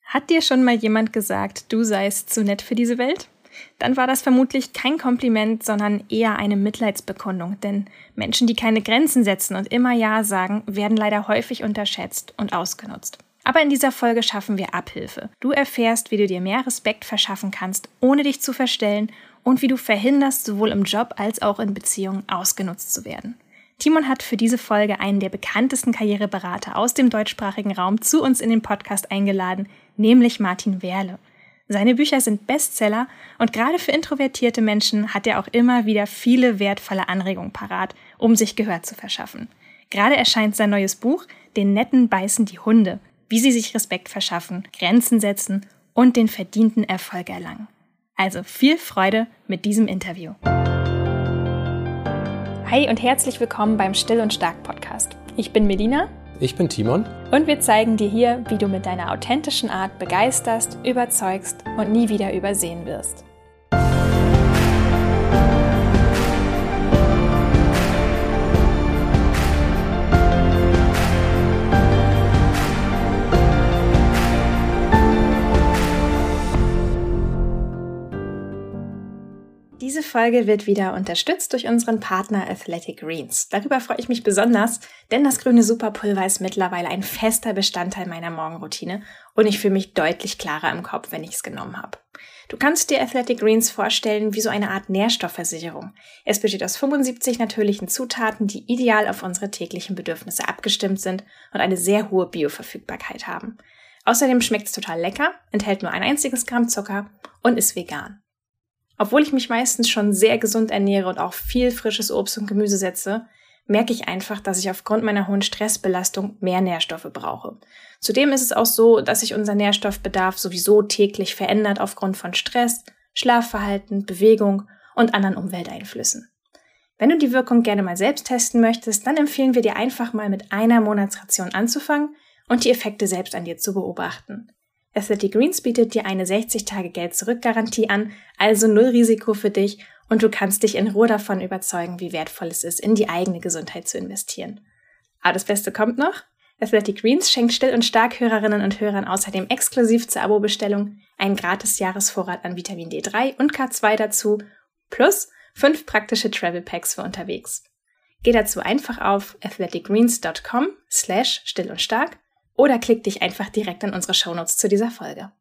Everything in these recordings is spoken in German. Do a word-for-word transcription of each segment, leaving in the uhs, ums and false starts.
Hat dir schon mal jemand gesagt, du seist zu nett für diese Welt? Dann war das vermutlich kein Kompliment, sondern eher eine Mitleidsbekundung. Denn Menschen, die keine Grenzen setzen und immer Ja sagen, werden leider häufig unterschätzt und ausgenutzt. Aber in dieser Folge schaffen wir Abhilfe. Du erfährst, wie du dir mehr Respekt verschaffen kannst, ohne dich zu verstellen, und wie du verhinderst, sowohl im Job als auch in Beziehungen ausgenutzt zu werden. Timon hat für diese Folge einen der bekanntesten Karriereberater aus dem deutschsprachigen Raum zu uns in den Podcast eingeladen, nämlich Martin Werle. Seine Bücher sind Bestseller und gerade für introvertierte Menschen hat er auch immer wieder viele wertvolle Anregungen parat, um sich Gehör zu verschaffen. Gerade erscheint sein neues Buch »Den Netten beißen die Hunde«, wie sie sich Respekt verschaffen, Grenzen setzen und den verdienten Erfolg erlangen. Also viel Freude mit diesem Interview. Hi und herzlich willkommen beim Still und Stark Podcast. Ich bin Melina. Ich bin Timon. Und wir zeigen dir hier, wie du mit deiner authentischen Art begeisterst, überzeugst und nie wieder übersehen wirst. Diese Folge wird wieder unterstützt durch unseren Partner Athletic Greens. Darüber freue ich mich besonders, denn das grüne Superpulver ist mittlerweile ein fester Bestandteil meiner Morgenroutine und ich fühle mich deutlich klarer im Kopf, wenn ich es genommen habe. Du kannst dir Athletic Greens vorstellen wie so eine Art Nährstoffversicherung. Es besteht aus fünfundsiebzig natürlichen Zutaten, die ideal auf unsere täglichen Bedürfnisse abgestimmt sind und eine sehr hohe Bioverfügbarkeit haben. Außerdem schmeckt es total lecker, enthält nur ein einziges Gramm Zucker und ist vegan. Obwohl ich mich meistens schon sehr gesund ernähre und auch viel frisches Obst und Gemüse setze, merke ich einfach, dass ich aufgrund meiner hohen Stressbelastung mehr Nährstoffe brauche. Zudem ist es auch so, dass sich unser Nährstoffbedarf sowieso täglich verändert aufgrund von Stress, Schlafverhalten, Bewegung und anderen Umwelteinflüssen. Wenn du die Wirkung gerne mal selbst testen möchtest, dann empfehlen wir dir einfach mal mit einer Monatsration anzufangen und die Effekte selbst an dir zu beobachten. Athletic Greens bietet dir eine sechzig Tage Geld-Zurück-Garantie an, also null Risiko für dich und du kannst dich in Ruhe davon überzeugen, wie wertvoll es ist, in die eigene Gesundheit zu investieren. Aber das Beste kommt noch. Athletic Greens schenkt Still und Stark Hörerinnen und Hörern außerdem exklusiv zur Abo-Bestellung einen gratis Jahresvorrat an Vitamin D drei und K zwei dazu, plus fünf praktische Travel Packs für unterwegs. Geh dazu einfach auf athleticgreens.com slash still und stark oder klick dich einfach direkt in unsere Shownotes zu dieser Folge.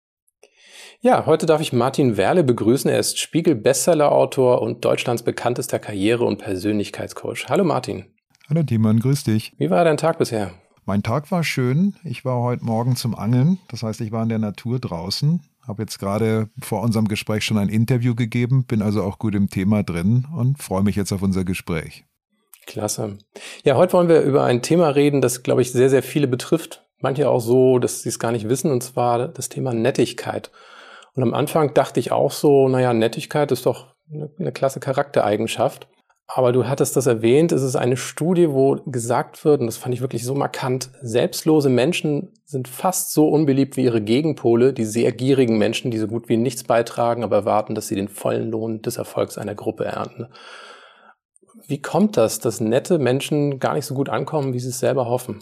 Ja, heute darf ich Martin Werle begrüßen. Er ist Spiegel-Bestseller-Autor und Deutschlands bekanntester Karriere- und Persönlichkeitscoach. Hallo Martin. Hallo Timon, grüß dich. Wie war dein Tag bisher? Mein Tag war schön. Ich war heute Morgen zum Angeln. Das heißt, ich war in der Natur draußen. Habe jetzt gerade vor unserem Gespräch schon ein Interview gegeben, bin also auch gut im Thema drin und freue mich jetzt auf unser Gespräch. Klasse. Ja, heute wollen wir über ein Thema reden, das, glaube ich, sehr, sehr viele betrifft. Manche auch so, dass sie es gar nicht wissen, und zwar das Thema Nettigkeit. Und am Anfang dachte ich auch so, naja, Nettigkeit ist doch eine, eine klasse Charaktereigenschaft. Aber du hattest das erwähnt, es ist eine Studie, wo gesagt wird, und das fand ich wirklich so markant, selbstlose Menschen sind fast so unbeliebt wie ihre Gegenpole, die sehr gierigen Menschen, die so gut wie nichts beitragen, aber erwarten, dass sie den vollen Lohn des Erfolgs einer Gruppe ernten. Wie kommt das, dass nette Menschen gar nicht so gut ankommen, wie sie es selber hoffen?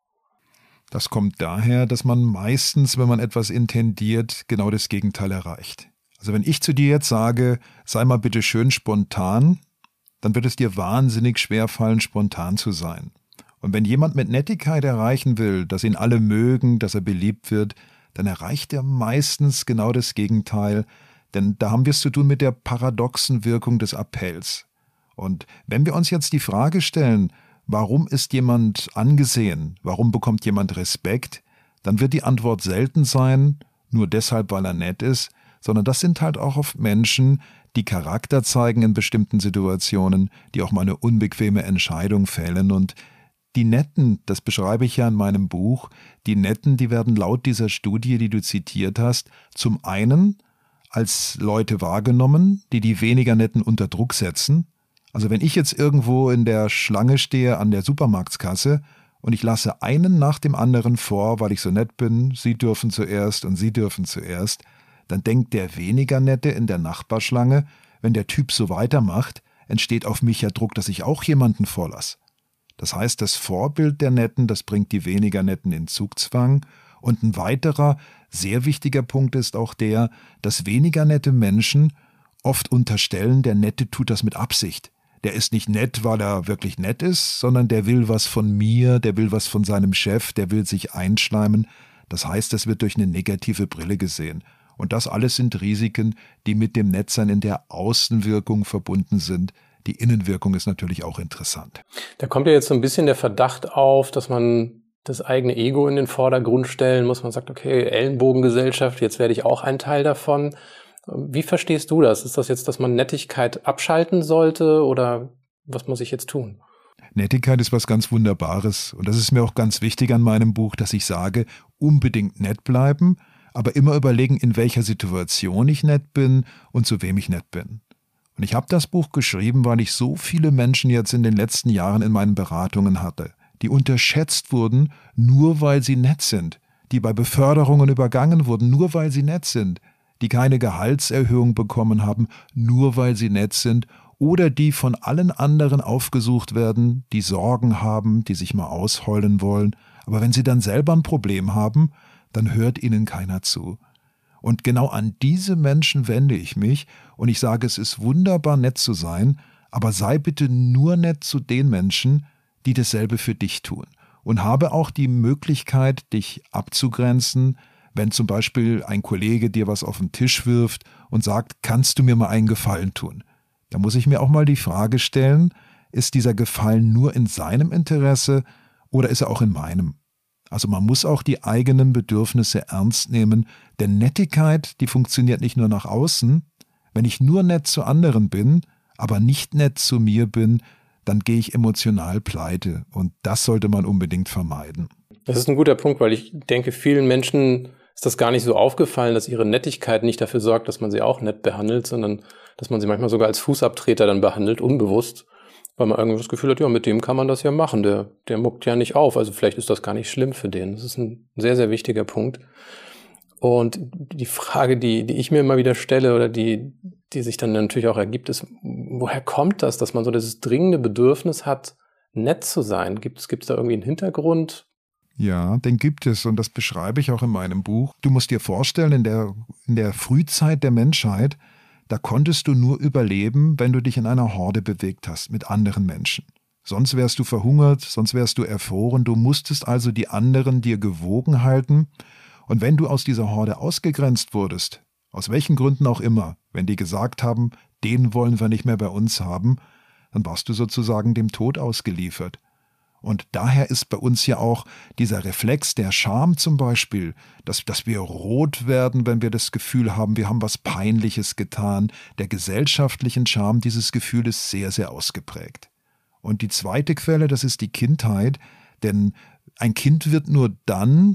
Das kommt daher, dass man meistens, wenn man etwas intendiert, genau das Gegenteil erreicht. Also wenn ich zu dir jetzt sage, sei mal bitte schön spontan, dann wird es dir wahnsinnig schwer fallen, spontan zu sein. Und wenn jemand mit Nettigkeit erreichen will, dass ihn alle mögen, dass er beliebt wird, dann erreicht er meistens genau das Gegenteil, denn da haben wir es zu tun mit der paradoxen Wirkung des Appells. Und wenn wir uns jetzt die Frage stellen, warum ist jemand angesehen, warum bekommt jemand Respekt, dann wird die Antwort selten sein, nur deshalb, weil er nett ist, sondern das sind halt auch oft Menschen, die Charakter zeigen in bestimmten Situationen, die auch mal eine unbequeme Entscheidung fällen. Und die Netten, das beschreibe ich ja in meinem Buch, die Netten, die werden laut dieser Studie, die du zitiert hast, zum einen als Leute wahrgenommen, die die weniger Netten unter Druck setzen. Also wenn ich jetzt irgendwo in der Schlange stehe an der Supermarktskasse und ich lasse einen nach dem anderen vor, weil ich so nett bin, Sie dürfen zuerst und Sie dürfen zuerst, dann denkt der weniger Nette in der Nachbarschlange, wenn der Typ so weitermacht, entsteht auf mich ja Druck, dass ich auch jemanden vorlasse. Das heißt, das Vorbild der Netten, das bringt die weniger Netten in Zugzwang Und ein weiterer, sehr wichtiger Punkt ist auch der, dass weniger nette Menschen oft unterstellen, der Nette tut das mit Absicht. Der ist nicht nett, weil er wirklich nett ist, sondern der will was von mir, der will was von seinem Chef, der will sich einschleimen. Das heißt, es wird durch eine negative Brille gesehen. Und das alles sind Risiken, die mit dem Nettsein in der Außenwirkung verbunden sind. Die Innenwirkung ist natürlich auch interessant. Da kommt ja jetzt so ein bisschen der Verdacht auf, dass man das eigene Ego in den Vordergrund stellen muss. Man sagt, okay, Ellenbogengesellschaft, jetzt werde ich auch ein Teil davon. Wie verstehst du das? Ist das jetzt, dass man Nettigkeit abschalten sollte oder was muss ich jetzt tun? Nettigkeit ist was ganz Wunderbares und das ist mir auch ganz wichtig an meinem Buch, dass ich sage, unbedingt nett bleiben, aber immer überlegen, in welcher Situation ich nett bin und zu wem ich nett bin. Und ich habe das Buch geschrieben, weil ich so viele Menschen jetzt in den letzten Jahren in meinen Beratungen hatte, die unterschätzt wurden, nur weil sie nett sind, die bei Beförderungen übergangen wurden, nur weil sie nett sind, die keine Gehaltserhöhung bekommen haben, nur weil sie nett sind, oder die von allen anderen aufgesucht werden, die Sorgen haben, die sich mal ausheulen wollen, aber wenn sie dann selber ein Problem haben, dann hört ihnen keiner zu. Und genau an diese Menschen wende ich mich und ich sage, es ist wunderbar nett zu sein, aber sei bitte nur nett zu den Menschen, die dasselbe für dich tun. Und habe auch die Möglichkeit, dich abzugrenzen, wenn zum Beispiel ein Kollege dir was auf den Tisch wirft und sagt, kannst du mir mal einen Gefallen tun? Da muss ich mir auch mal die Frage stellen, ist dieser Gefallen nur in seinem Interesse oder ist er auch in meinem? Also man muss auch die eigenen Bedürfnisse ernst nehmen, denn Nettigkeit, die funktioniert nicht nur nach außen. Wenn ich nur nett zu anderen bin, aber nicht nett zu mir bin, dann gehe ich emotional pleite und das sollte man unbedingt vermeiden. Das ist ein guter Punkt, weil ich denke, vielen Menschen ist das gar nicht so aufgefallen, dass ihre Nettigkeit nicht dafür sorgt, dass man sie auch nett behandelt, sondern dass man sie manchmal sogar als Fußabtreter dann behandelt, unbewusst, weil man irgendwie das Gefühl hat, ja, mit dem kann man das ja machen, der, der muckt ja nicht auf, also vielleicht ist das gar nicht schlimm für den. Das ist ein sehr, sehr wichtiger Punkt. Und die Frage, die, die ich mir immer wieder stelle oder die, die sich dann natürlich auch ergibt, ist, woher kommt das, dass man so dieses dringende Bedürfnis hat, nett zu sein? Gibt es, gibt es da irgendwie einen Hintergrund? Ja, den gibt es und das beschreibe ich auch in meinem Buch. Du musst dir vorstellen, in der, in der Frühzeit der Menschheit, da konntest du nur überleben, wenn du dich in einer Horde bewegt hast mit anderen Menschen. Sonst wärst du verhungert, sonst wärst du erfroren. Du musstest also die anderen dir gewogen halten. Und wenn du aus dieser Horde ausgegrenzt wurdest, aus welchen Gründen auch immer, wenn die gesagt haben, den wollen wir nicht mehr bei uns haben, dann warst du sozusagen dem Tod ausgeliefert. Und daher ist bei uns ja auch dieser Reflex der Scham zum Beispiel, dass, dass wir rot werden, wenn wir das Gefühl haben, wir haben was Peinliches getan. Der gesellschaftlichen Scham, dieses Gefühl ist sehr, sehr ausgeprägt. Und die zweite Quelle, das ist die Kindheit, denn ein Kind wird nur dann,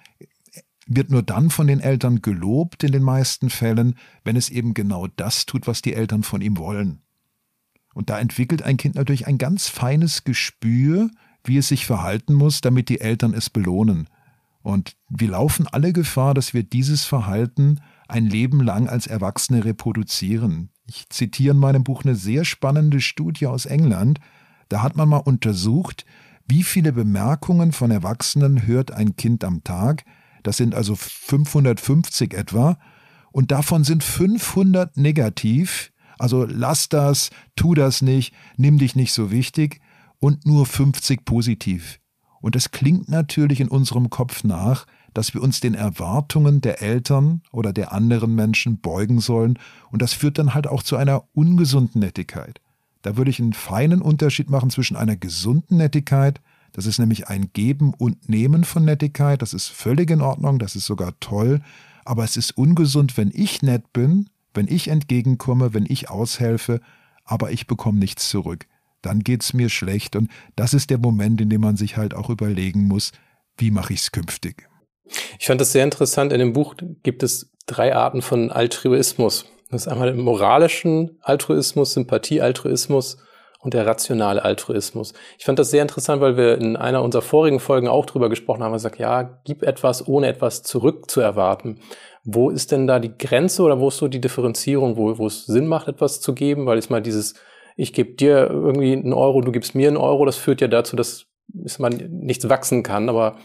wird nur dann von den Eltern gelobt in den meisten Fällen, wenn es eben genau das tut, was die Eltern von ihm wollen. Und da entwickelt ein Kind natürlich ein ganz feines Gespür, wie es sich verhalten muss, damit die Eltern es belohnen. Und wir laufen alle Gefahr, dass wir dieses Verhalten ein Leben lang als Erwachsene reproduzieren. Ich zitiere in meinem Buch eine sehr spannende Studie aus England. Da hat man mal untersucht, wie viele Bemerkungen von Erwachsenen hört ein Kind am Tag. Das sind also fünfhundertfünfzig etwa. Und davon sind fünfhundert negativ. Also lass das, tu das nicht, nimm dich nicht so wichtig. Und nur fünfzig positiv. Und es klingt natürlich in unserem Kopf nach, dass wir uns den Erwartungen der Eltern oder der anderen Menschen beugen sollen. Und das führt dann halt auch zu einer ungesunden Nettigkeit. Da würde ich einen feinen Unterschied machen zwischen einer gesunden Nettigkeit, das ist nämlich ein Geben und Nehmen von Nettigkeit, das ist völlig in Ordnung, das ist sogar toll, aber es ist ungesund, wenn ich nett bin, wenn ich entgegenkomme, wenn ich aushelfe, aber ich bekomme nichts zurück. Dann geht's mir schlecht und das ist der Moment, in dem man sich halt auch überlegen muss, wie mache ich es künftig. Ich fand das sehr interessant. In dem Buch gibt es drei Arten von Altruismus. Das ist einmal der moralischen Altruismus, Sympathie-Altruismus und der rationale Altruismus. Ich fand das sehr interessant, weil wir in einer unserer vorigen Folgen auch drüber gesprochen haben. Wir gesagt, ja, gib etwas, ohne etwas zurückzuerwarten. Wo ist denn da die Grenze oder wo ist so die Differenzierung, wo, wo es Sinn macht, etwas zu geben? Weil jetzt mal dieses ich gebe dir irgendwie einen Euro, du gibst mir einen Euro, das führt ja dazu, dass man nichts wachsen kann. Aber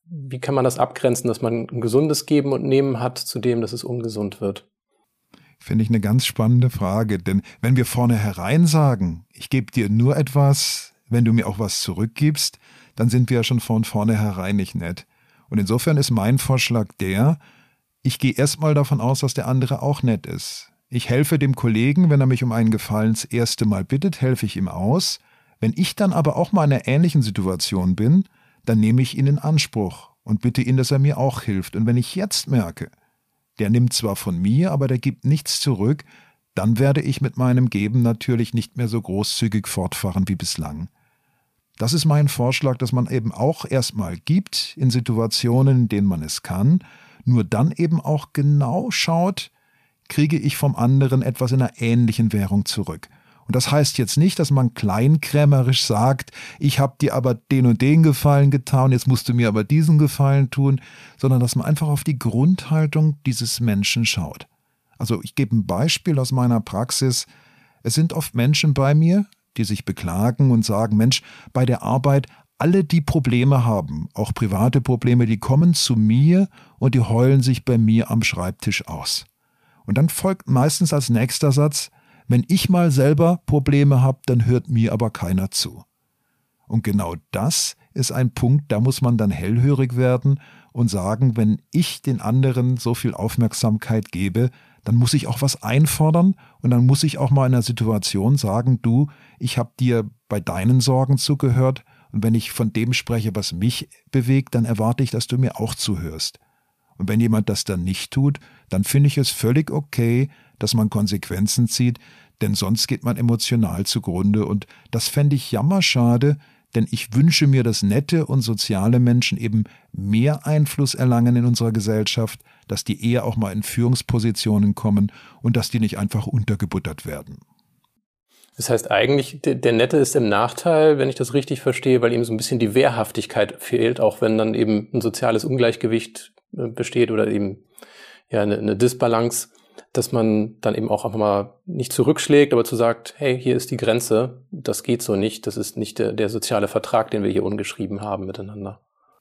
wie kann man das abgrenzen, dass man ein gesundes Geben und Nehmen hat, zu dem, dass es ungesund wird? Finde ich eine ganz spannende Frage, denn wenn wir vornherein sagen, ich gebe dir nur etwas, wenn du mir auch was zurückgibst, dann sind wir ja schon von vornherein nicht nett. Und insofern ist mein Vorschlag der, ich gehe erstmal davon aus, dass der andere auch nett ist. Ich helfe dem Kollegen, wenn er mich um einen Gefallen das erste Mal bittet, helfe ich ihm aus. Wenn ich dann aber auch mal in einer ähnlichen Situation bin, dann nehme ich ihn in Anspruch und bitte ihn, dass er mir auch hilft. Und wenn ich jetzt merke, der nimmt zwar von mir, aber der gibt nichts zurück, dann werde ich mit meinem Geben natürlich nicht mehr so großzügig fortfahren wie bislang. Das ist mein Vorschlag, dass man eben auch erstmal gibt in Situationen, in denen man es kann, nur dann eben auch genau schaut, kriege ich vom anderen etwas in einer ähnlichen Währung zurück. Und das heißt jetzt nicht, dass man kleinkrämerisch sagt, ich habe dir aber den und den Gefallen getan, jetzt musst du mir aber diesen Gefallen tun, sondern dass man einfach auf die Grundhaltung dieses Menschen schaut. Also ich gebe ein Beispiel aus meiner Praxis. Es sind oft Menschen bei mir, die sich beklagen und sagen, Mensch, bei der Arbeit, alle, die Probleme haben, auch private Probleme, die kommen zu mir und die heulen sich bei mir am Schreibtisch aus. Und dann folgt meistens als nächster Satz, wenn ich mal selber Probleme habe, dann hört mir aber keiner zu. Und genau das ist ein Punkt, da muss man dann hellhörig werden und sagen, wenn ich den anderen so viel Aufmerksamkeit gebe, dann muss ich auch was einfordern und dann muss ich auch mal in einer Situation sagen, du, ich habe dir bei deinen Sorgen zugehört und wenn ich von dem spreche, was mich bewegt, dann erwarte ich, dass du mir auch zuhörst. Und wenn jemand das dann nicht tut, dann finde ich es völlig okay, dass man Konsequenzen zieht, denn sonst geht man emotional zugrunde und das fände ich jammerschade, denn ich wünsche mir, dass nette und soziale Menschen eben mehr Einfluss erlangen in unserer Gesellschaft, dass die eher auch mal in Führungspositionen kommen und dass die nicht einfach untergebuttert werden. Das heißt eigentlich, der, der Nette ist im Nachteil, wenn ich das richtig verstehe, weil ihm so ein bisschen die Wehrhaftigkeit fehlt, auch wenn dann eben ein soziales Ungleichgewicht besteht oder eben ja eine, eine Disbalance, dass man dann eben auch einfach mal nicht zurückschlägt, aber zu sagt, hey, hier ist die Grenze, das geht so nicht, das ist nicht der, der soziale Vertrag, den wir hier ungeschrieben haben miteinander.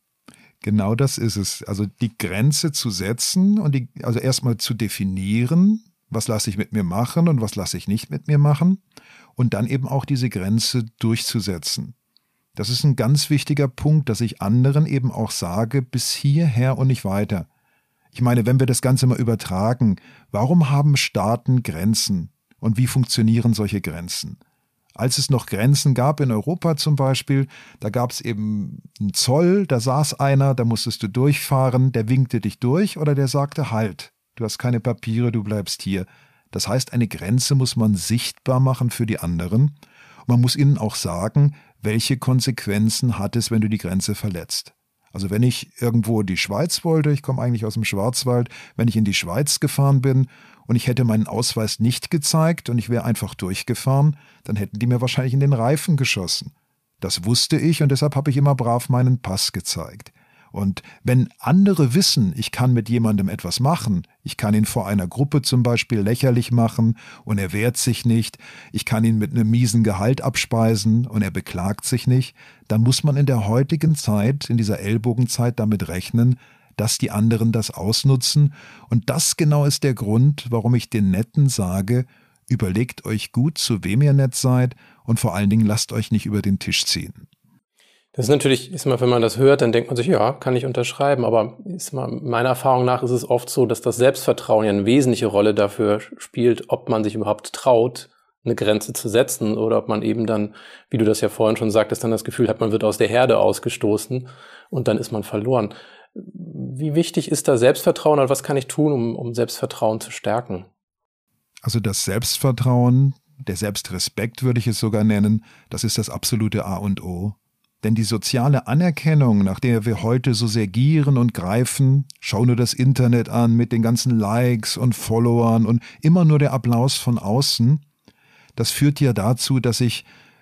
Genau das ist es. Also die Grenze zu setzen und die, also erstmal zu definieren, was lasse ich mit mir machen und was lasse ich nicht mit mir machen und dann eben auch diese Grenze durchzusetzen. Das ist ein ganz wichtiger Punkt, dass ich anderen eben auch sage, bis hierher und nicht weiter. Ich meine, wenn wir das Ganze mal übertragen, warum haben Staaten Grenzen und wie funktionieren solche Grenzen? Als es noch Grenzen gab in Europa zum Beispiel, da gab es eben einen Zoll, da saß einer, da musstest du durchfahren, der winkte dich durch oder der sagte halt, du hast keine Papiere, du bleibst hier. Das heißt, eine Grenze muss man sichtbar machen für die anderen. Man muss ihnen auch sagen, welche Konsequenzen hat es, wenn du die Grenze verletzt. Also wenn ich irgendwo in die Schweiz wollte, ich komme eigentlich aus dem Schwarzwald, wenn ich in die Schweiz gefahren bin und ich hätte meinen Ausweis nicht gezeigt und ich wäre einfach durchgefahren, dann hätten die mir wahrscheinlich in den Reifen geschossen. Das wusste ich und deshalb habe ich immer brav meinen Pass gezeigt. Und wenn andere wissen, ich kann mit jemandem etwas machen, ich kann ihn vor einer Gruppe zum Beispiel lächerlich machen und er wehrt sich nicht, ich kann ihn mit einem miesen Gehalt abspeisen und er beklagt sich nicht, dann muss man in der heutigen Zeit, in dieser Ellbogenzeit damit rechnen, dass die anderen das ausnutzen. Und das genau ist der Grund, warum ich den Netten sage, überlegt euch gut, zu wem ihr nett seid und vor allen Dingen lasst euch nicht über den Tisch ziehen. Das ist natürlich, ist mal, wenn man das hört, dann denkt man sich, ja, kann ich unterschreiben. Aber ist mal, meiner Erfahrung nach ist es oft so, dass das Selbstvertrauen ja eine wesentliche Rolle dafür spielt, ob man sich überhaupt traut, eine Grenze zu setzen oder ob man eben dann, wie du das ja vorhin schon sagtest, dann das Gefühl hat, man wird aus der Herde ausgestoßen und dann ist man verloren. Wie wichtig ist da Selbstvertrauen oder was kann ich tun, um, um Selbstvertrauen zu stärken? Also das Selbstvertrauen, der Selbstrespekt würde ich es sogar nennen, das ist das absolute A und O. Denn die soziale Anerkennung, nach der wir heute so sehr gieren und greifen, schau nur das Internet an mit den ganzen Likes und Followern und immer nur der Applaus von außen, das führt ja dazu, dass ich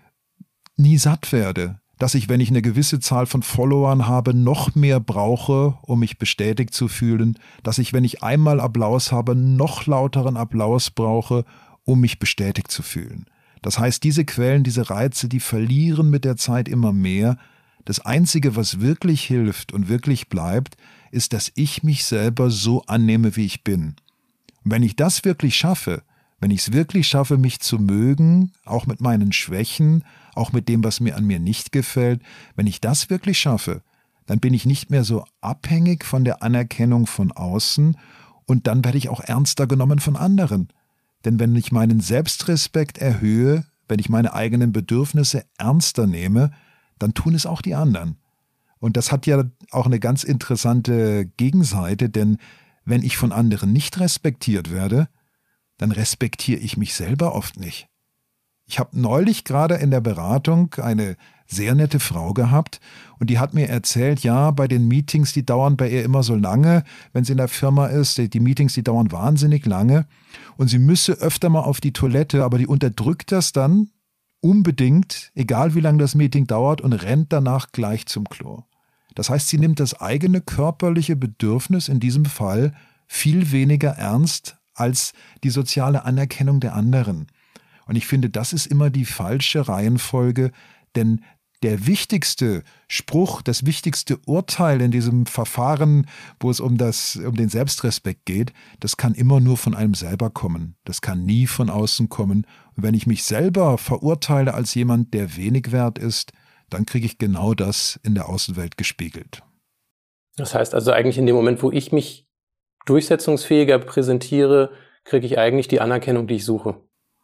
nie satt werde, dass ich, wenn ich eine gewisse Zahl von Followern habe, noch mehr brauche, um mich bestätigt zu fühlen, dass ich, wenn ich einmal Applaus habe, noch lauteren Applaus brauche, um mich bestätigt zu fühlen. Das heißt, diese Quellen, diese Reize, die verlieren mit der Zeit immer mehr. Das Einzige, was wirklich hilft und wirklich bleibt, ist, dass ich mich selber so annehme, wie ich bin. Und wenn ich das wirklich schaffe, wenn ich es wirklich schaffe, mich zu mögen, auch mit meinen Schwächen, auch mit dem, was mir an mir nicht gefällt, wenn ich das wirklich schaffe, dann bin ich nicht mehr so abhängig von der Anerkennung von außen und dann werde ich auch ernster genommen von anderen. Denn wenn ich meinen Selbstrespekt erhöhe, wenn ich meine eigenen Bedürfnisse ernster nehme, dann tun es auch die anderen. Und das hat ja auch eine ganz interessante Gegenseite, denn wenn ich von anderen nicht respektiert werde, dann respektiere ich mich selber oft nicht. Ich habe neulich gerade in der Beratung eine sehr nette Frau gehabt und die hat mir erzählt, ja, bei den Meetings, die dauern bei ihr immer so lange, wenn sie in der Firma ist, die Meetings, die dauern wahnsinnig lange und sie müsse öfter mal auf die Toilette, aber die unterdrückt das dann unbedingt, egal wie lange das Meeting dauert und rennt danach gleich zum Klo. Das heißt, sie nimmt das eigene körperliche Bedürfnis in diesem Fall viel weniger ernst als die soziale Anerkennung der anderen. Und ich finde, das ist immer die falsche Reihenfolge, denn der wichtigste Spruch, das wichtigste Urteil in diesem Verfahren, wo es um, das, um den Selbstrespekt geht, das kann immer nur von einem selber kommen. Das kann nie von außen kommen. Und wenn ich mich selber verurteile als jemand, der wenig wert ist, dann kriege ich genau das in der Außenwelt gespiegelt. Das heißt also eigentlich in dem Moment, wo ich mich durchsetzungsfähiger präsentiere, kriege ich eigentlich die Anerkennung, die ich suche.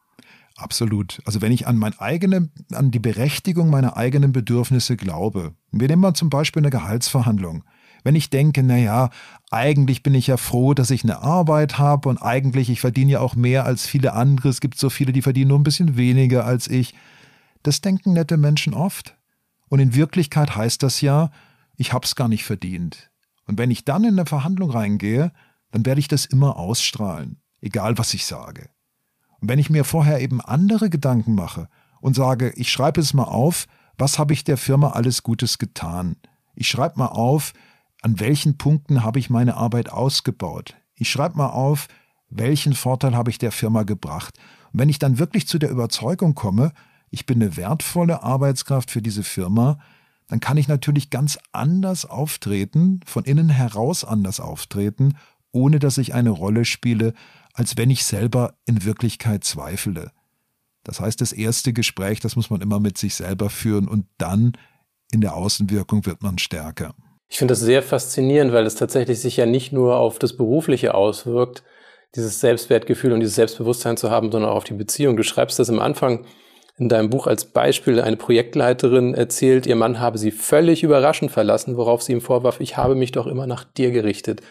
Absolut. Also wenn ich an mein eigene, an die Berechtigung meiner eigenen Bedürfnisse glaube. Wir nehmen mal zum Beispiel eine Gehaltsverhandlung. Wenn ich denke, naja, eigentlich bin ich ja froh, dass ich eine Arbeit habe und eigentlich, ich verdiene ja auch mehr als viele andere. Es gibt so viele, die verdienen nur ein bisschen weniger als ich. Das denken nette Menschen oft. Und in Wirklichkeit heißt das ja, ich habe es gar nicht verdient. Und wenn ich dann in eine Verhandlung reingehe, dann werde ich das immer ausstrahlen, egal was ich sage. Und wenn ich mir vorher eben andere Gedanken mache und sage, ich schreibe es mal auf, was habe ich der Firma alles Gutes getan? Ich schreibe mal auf, an welchen Punkten habe ich meine Arbeit ausgebaut? Ich schreibe mal auf, welchen Vorteil habe ich der Firma gebracht? Und wenn ich dann wirklich zu der Überzeugung komme, ich bin eine wertvolle Arbeitskraft für diese Firma, dann kann ich natürlich ganz anders auftreten, von innen heraus anders auftreten, ohne dass ich eine Rolle spiele, als wenn ich selber in Wirklichkeit zweifle. Das heißt, das erste Gespräch, das muss man immer mit sich selber führen und dann in der Außenwirkung wird man stärker. Ich finde das sehr faszinierend, weil es tatsächlich sich ja nicht nur auf das Berufliche auswirkt, dieses Selbstwertgefühl und dieses Selbstbewusstsein zu haben, sondern auch auf die Beziehung. Du schreibst das am Anfang in deinem Buch als Beispiel. Eine Projektleiterin erzählt, ihr Mann habe sie völlig überraschend verlassen, worauf sie ihm vorwarf, ich habe mich doch immer nach dir gerichtet.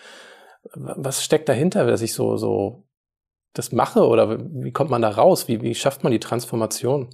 Was steckt dahinter, dass ich so, so das mache oder wie kommt man da raus? Wie, wie schafft man die Transformation?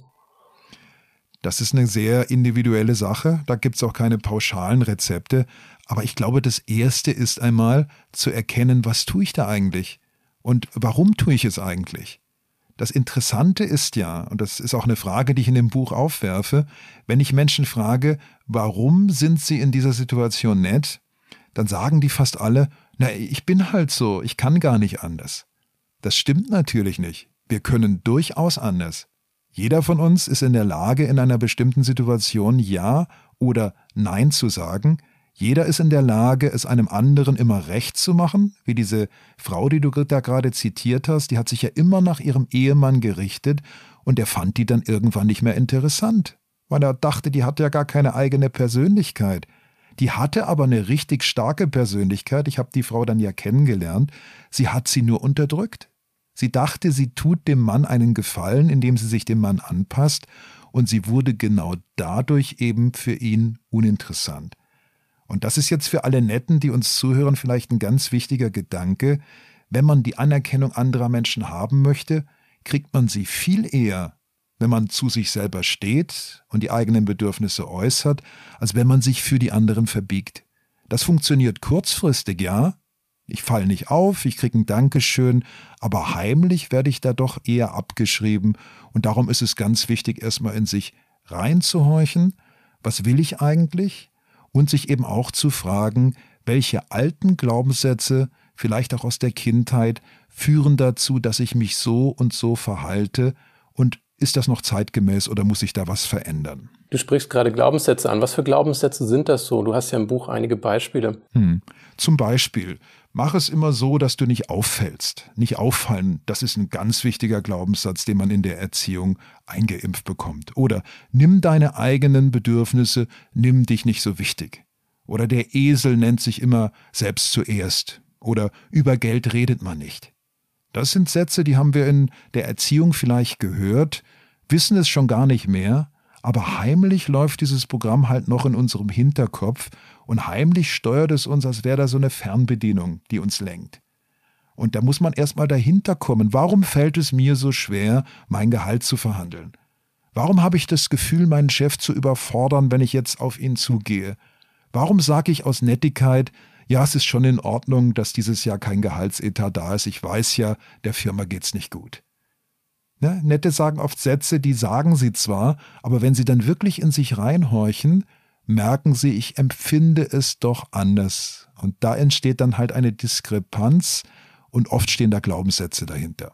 Das ist eine sehr individuelle Sache. Da gibt es auch keine pauschalen Rezepte. Aber ich glaube, das Erste ist einmal zu erkennen, was tue ich da eigentlich? Und warum tue ich es eigentlich? Das Interessante ist ja, und das ist auch eine Frage, die ich in dem Buch aufwerfe, wenn ich Menschen frage, warum sind sie in dieser Situation nett, dann sagen die fast alle, na, ich bin halt so, ich kann gar nicht anders. Das stimmt natürlich nicht. Wir können durchaus anders. Jeder von uns ist in der Lage, in einer bestimmten Situation Ja oder Nein zu sagen. Jeder ist in der Lage, es einem anderen immer recht zu machen, wie diese Frau, die du da gerade zitiert hast, die hat sich ja immer nach ihrem Ehemann gerichtet und er fand die dann irgendwann nicht mehr interessant, weil er dachte, die hat ja gar keine eigene Persönlichkeit. Die hatte aber eine richtig starke Persönlichkeit, ich habe die Frau dann ja kennengelernt, sie hat sie nur unterdrückt. Sie dachte, sie tut dem Mann einen Gefallen, indem sie sich dem Mann anpasst und sie wurde genau dadurch eben für ihn uninteressant. Und das ist jetzt für alle Netten, die uns zuhören, vielleicht ein ganz wichtiger Gedanke. Wenn man die Anerkennung anderer Menschen haben möchte, kriegt man sie viel eher, wenn man zu sich selber steht und die eigenen Bedürfnisse äußert, als wenn man sich für die anderen verbiegt. Das funktioniert kurzfristig, ja. Ich falle nicht auf, ich kriege ein Dankeschön, aber heimlich werde ich da doch eher abgeschrieben. Und darum ist es ganz wichtig, erstmal in sich reinzuhorchen. Was will ich eigentlich? Und sich eben auch zu fragen, welche alten Glaubenssätze, vielleicht auch aus der Kindheit, führen dazu, dass ich mich so und so verhalte und ist das noch zeitgemäß oder muss sich da was verändern? Du sprichst gerade Glaubenssätze an. Was für Glaubenssätze sind das so? Du hast ja im Buch einige Beispiele. Hm. Zum Beispiel, mach es immer so, dass du nicht auffällst. Nicht auffallen, das ist ein ganz wichtiger Glaubenssatz, den man in der Erziehung eingeimpft bekommt. Oder nimm deine eigenen Bedürfnisse, nimm dich nicht so wichtig. Oder der Esel nennt sich immer selbst zuerst. Oder über Geld redet man nicht. Das sind Sätze, die haben wir in der Erziehung vielleicht gehört, wissen es schon gar nicht mehr, aber heimlich läuft dieses Programm halt noch in unserem Hinterkopf und heimlich steuert es uns, als wäre da so eine Fernbedienung, die uns lenkt. Und da muss man erstmal dahinter kommen, warum fällt es mir so schwer, mein Gehalt zu verhandeln? Warum habe ich das Gefühl, meinen Chef zu überfordern, wenn ich jetzt auf ihn zugehe? Warum sage ich aus Nettigkeit, ja, es ist schon in Ordnung, dass dieses Jahr kein Gehaltsetat da ist. Ich weiß ja, der Firma geht's nicht gut. Ne? Nette sagen oft Sätze, die sagen sie zwar, aber wenn sie dann wirklich in sich reinhorchen, merken sie, ich empfinde es doch anders. Und da entsteht dann halt eine Diskrepanz und oft stehen da Glaubenssätze dahinter.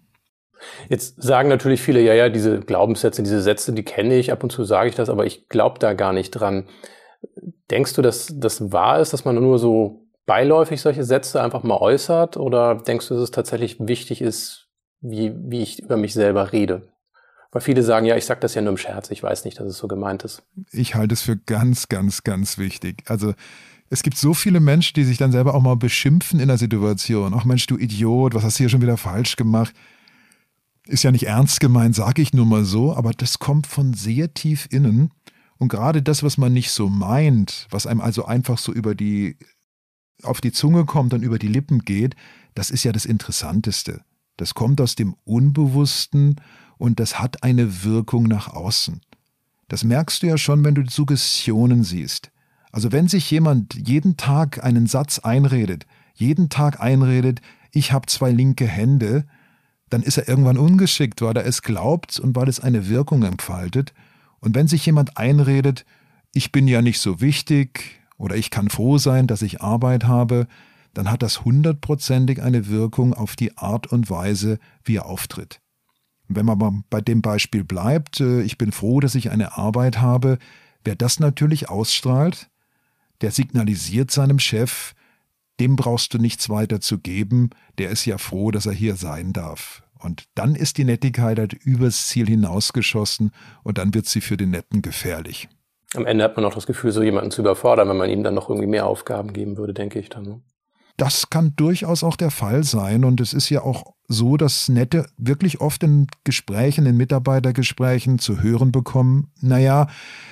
Jetzt sagen natürlich viele, ja, ja, diese Glaubenssätze, diese Sätze, die kenne ich, ab und zu sage ich das, aber ich glaube da gar nicht dran. Denkst du, dass das wahr ist, dass man nur so beiläufig solche Sätze einfach mal äußert? Oder denkst du, dass es tatsächlich wichtig ist, wie, wie ich über mich selber rede? Weil viele sagen, ja, ich sage das ja nur im Scherz, ich weiß nicht, dass es so gemeint ist. Ich halte es für ganz, ganz, ganz wichtig. Also es gibt so viele Menschen, die sich dann selber auch mal beschimpfen in der Situation. Ach Mensch, du Idiot, was hast du hier schon wieder falsch gemacht? Ist ja nicht ernst gemeint, sage ich nur mal so, aber das kommt von sehr tief innen. Und gerade das, was man nicht so meint, was einem also einfach so über die, auf die Zunge kommt und über die Lippen geht, das ist ja das Interessanteste. Das kommt aus dem Unbewussten und das hat eine Wirkung nach außen. Das merkst du ja schon, wenn du Suggestionen siehst. Also wenn sich jemand jeden Tag einen Satz einredet, jeden Tag einredet, ich habe zwei linke Hände, dann ist er irgendwann ungeschickt, weil er es glaubt und weil es eine Wirkung entfaltet. Und wenn sich jemand einredet, ich bin ja nicht so wichtig oder ich kann froh sein, dass ich Arbeit habe, dann hat das hundertprozentig eine Wirkung auf die Art und Weise, wie er auftritt. Und wenn man mal bei dem Beispiel bleibt, ich bin froh, dass ich eine Arbeit habe, wer das natürlich ausstrahlt, der signalisiert seinem Chef, dem brauchst du nichts weiter zu geben, der ist ja froh, dass er hier sein darf. Und dann ist die Nettigkeit halt übers Ziel hinausgeschossen und dann wird sie für den Netten gefährlich. Am Ende hat man auch das Gefühl, so jemanden zu überfordern, wenn man ihm dann noch irgendwie mehr Aufgaben geben würde, denke ich dann. Ne? Das kann durchaus auch der Fall sein und es ist ja auch so, dass Nette wirklich oft in Gesprächen, in Mitarbeitergesprächen zu hören bekommen, naja,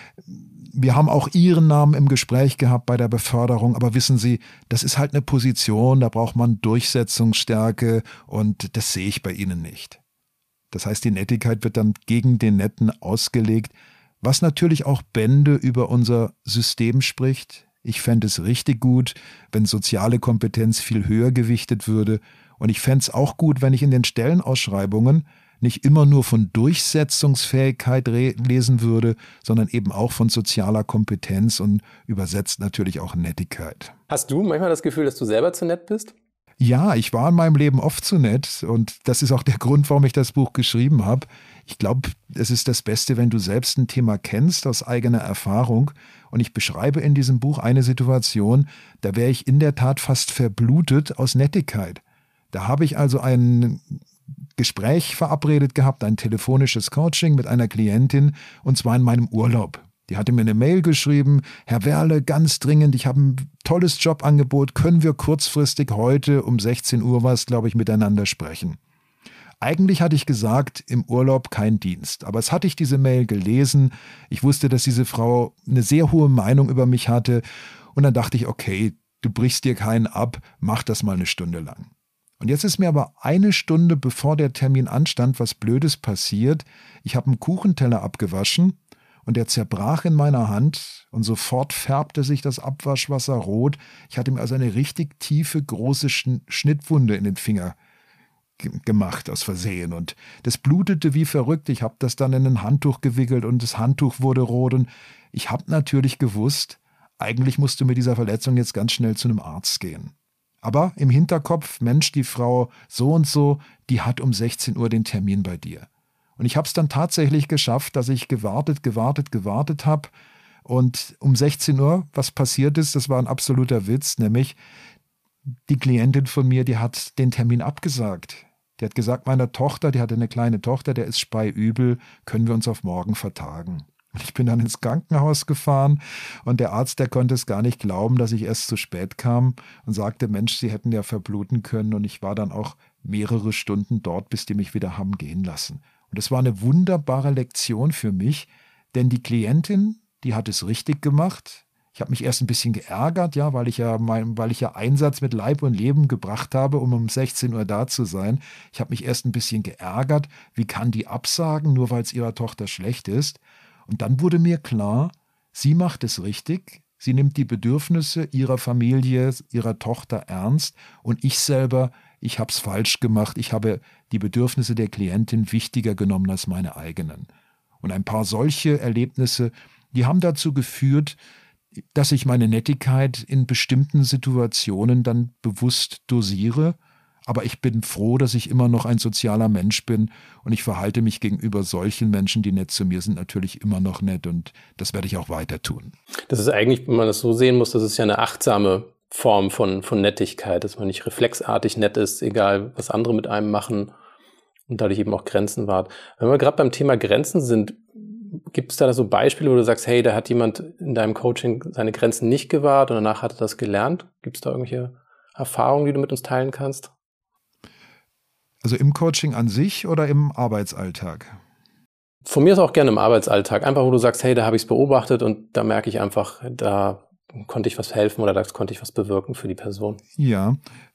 wir haben auch Ihren Namen im Gespräch gehabt bei der Beförderung, aber wissen Sie, das ist halt eine Position, da braucht man Durchsetzungsstärke und das sehe ich bei Ihnen nicht. Das heißt, die Nettigkeit wird dann gegen den Netten ausgelegt, was natürlich auch Bände über unser System spricht. Ich fände es richtig gut, wenn soziale Kompetenz viel höher gewichtet würde und ich fände es auch gut, wenn ich in den Stellenausschreibungen nicht immer nur von Durchsetzungsfähigkeit re- lesen würde, sondern eben auch von sozialer Kompetenz und übersetzt natürlich auch Nettigkeit. Hast du manchmal das Gefühl, dass du selber zu nett bist? Ja, ich war in meinem Leben oft zu nett und das ist auch der Grund, warum ich das Buch geschrieben habe. Ich glaube, es ist das Beste, wenn du selbst ein Thema kennst aus eigener Erfahrung und ich beschreibe in diesem Buch eine Situation, da wäre ich in der Tat fast verblutet aus Nettigkeit. Da habe ich also einen Gespräch verabredet gehabt, ein telefonisches Coaching mit einer Klientin und zwar in meinem Urlaub. Die hatte mir eine Mail geschrieben, Herr Werle, ganz dringend, ich habe ein tolles Jobangebot, können wir kurzfristig heute um sechzehn Uhr was, glaube ich, miteinander sprechen. Eigentlich hatte ich gesagt, im Urlaub kein Dienst, aber es hatte ich diese Mail gelesen, ich wusste, dass diese Frau eine sehr hohe Meinung über mich hatte und dann dachte ich, okay, du brichst dir keinen ab, mach das mal eine Stunde lang. Und jetzt ist mir aber eine Stunde bevor der Termin anstand, was Blödes passiert. Ich habe einen Kuchenteller abgewaschen und der zerbrach in meiner Hand und sofort färbte sich das Abwaschwasser rot. Ich hatte mir also eine richtig tiefe, große Schnittwunde in den Finger g- gemacht aus Versehen und das blutete wie verrückt. Ich habe das dann in ein Handtuch gewickelt und das Handtuch wurde rot und ich habe natürlich gewusst, eigentlich musst du mit dieser Verletzung jetzt ganz schnell zu einem Arzt gehen. Aber im Hinterkopf, Mensch, die Frau so und so, die hat um sechzehn Uhr den Termin bei dir. Und ich habe es dann tatsächlich geschafft, dass ich gewartet, gewartet, gewartet habe. Und um sechzehn Uhr, was passiert ist, das war ein absoluter Witz, nämlich die Klientin von mir, die hat den Termin abgesagt. Die hat gesagt, meiner Tochter, die hatte eine kleine Tochter, der ist speiübel, können wir uns auf morgen vertagen. Und ich bin dann ins Krankenhaus gefahren und der Arzt, der konnte es gar nicht glauben, dass ich erst zu spät kam und sagte, Mensch, Sie hätten ja verbluten können. Und ich war dann auch mehrere Stunden dort, bis die mich wieder haben gehen lassen. Und es war eine wunderbare Lektion für mich, denn die Klientin, die hat es richtig gemacht. Ich habe mich erst ein bisschen geärgert, ja, weil ich ja mein, weil ich ja Einsatz mit Leib und Leben gebracht habe, um um sechzehn Uhr da zu sein. Ich habe mich erst ein bisschen geärgert, wie kann die absagen, nur weil es ihrer Tochter schlecht ist. Und dann wurde mir klar, sie macht es richtig, sie nimmt die Bedürfnisse ihrer Familie, ihrer Tochter ernst und ich selber, ich habe es falsch gemacht, ich habe die Bedürfnisse der Klientin wichtiger genommen als meine eigenen. Und ein paar solche Erlebnisse, die haben dazu geführt, dass ich meine Nettigkeit in bestimmten Situationen dann bewusst dosiere. Aber ich bin froh, dass ich immer noch ein sozialer Mensch bin und ich verhalte mich gegenüber solchen Menschen, die nett zu mir sind, natürlich immer noch nett und das werde ich auch weiter tun. Das ist eigentlich, wenn man das so sehen muss, das ist ja eine achtsame Form von, von Nettigkeit, dass man nicht reflexartig nett ist, egal was andere mit einem machen und dadurch eben auch Grenzen wahrt. Wenn wir gerade beim Thema Grenzen sind, gibt es da so Beispiele, wo du sagst, hey, da hat jemand in deinem Coaching seine Grenzen nicht gewahrt und danach hat er das gelernt? Gibt es da irgendwelche Erfahrungen, die du mit uns teilen kannst? Also im Coaching an sich oder im Arbeitsalltag? Von mir ist auch gerne im Arbeitsalltag. Einfach, wo du sagst, hey, da habe ich es beobachtet und da merke ich einfach, da konnte ich was helfen oder da konnte ich was bewirken für die Person. Ja,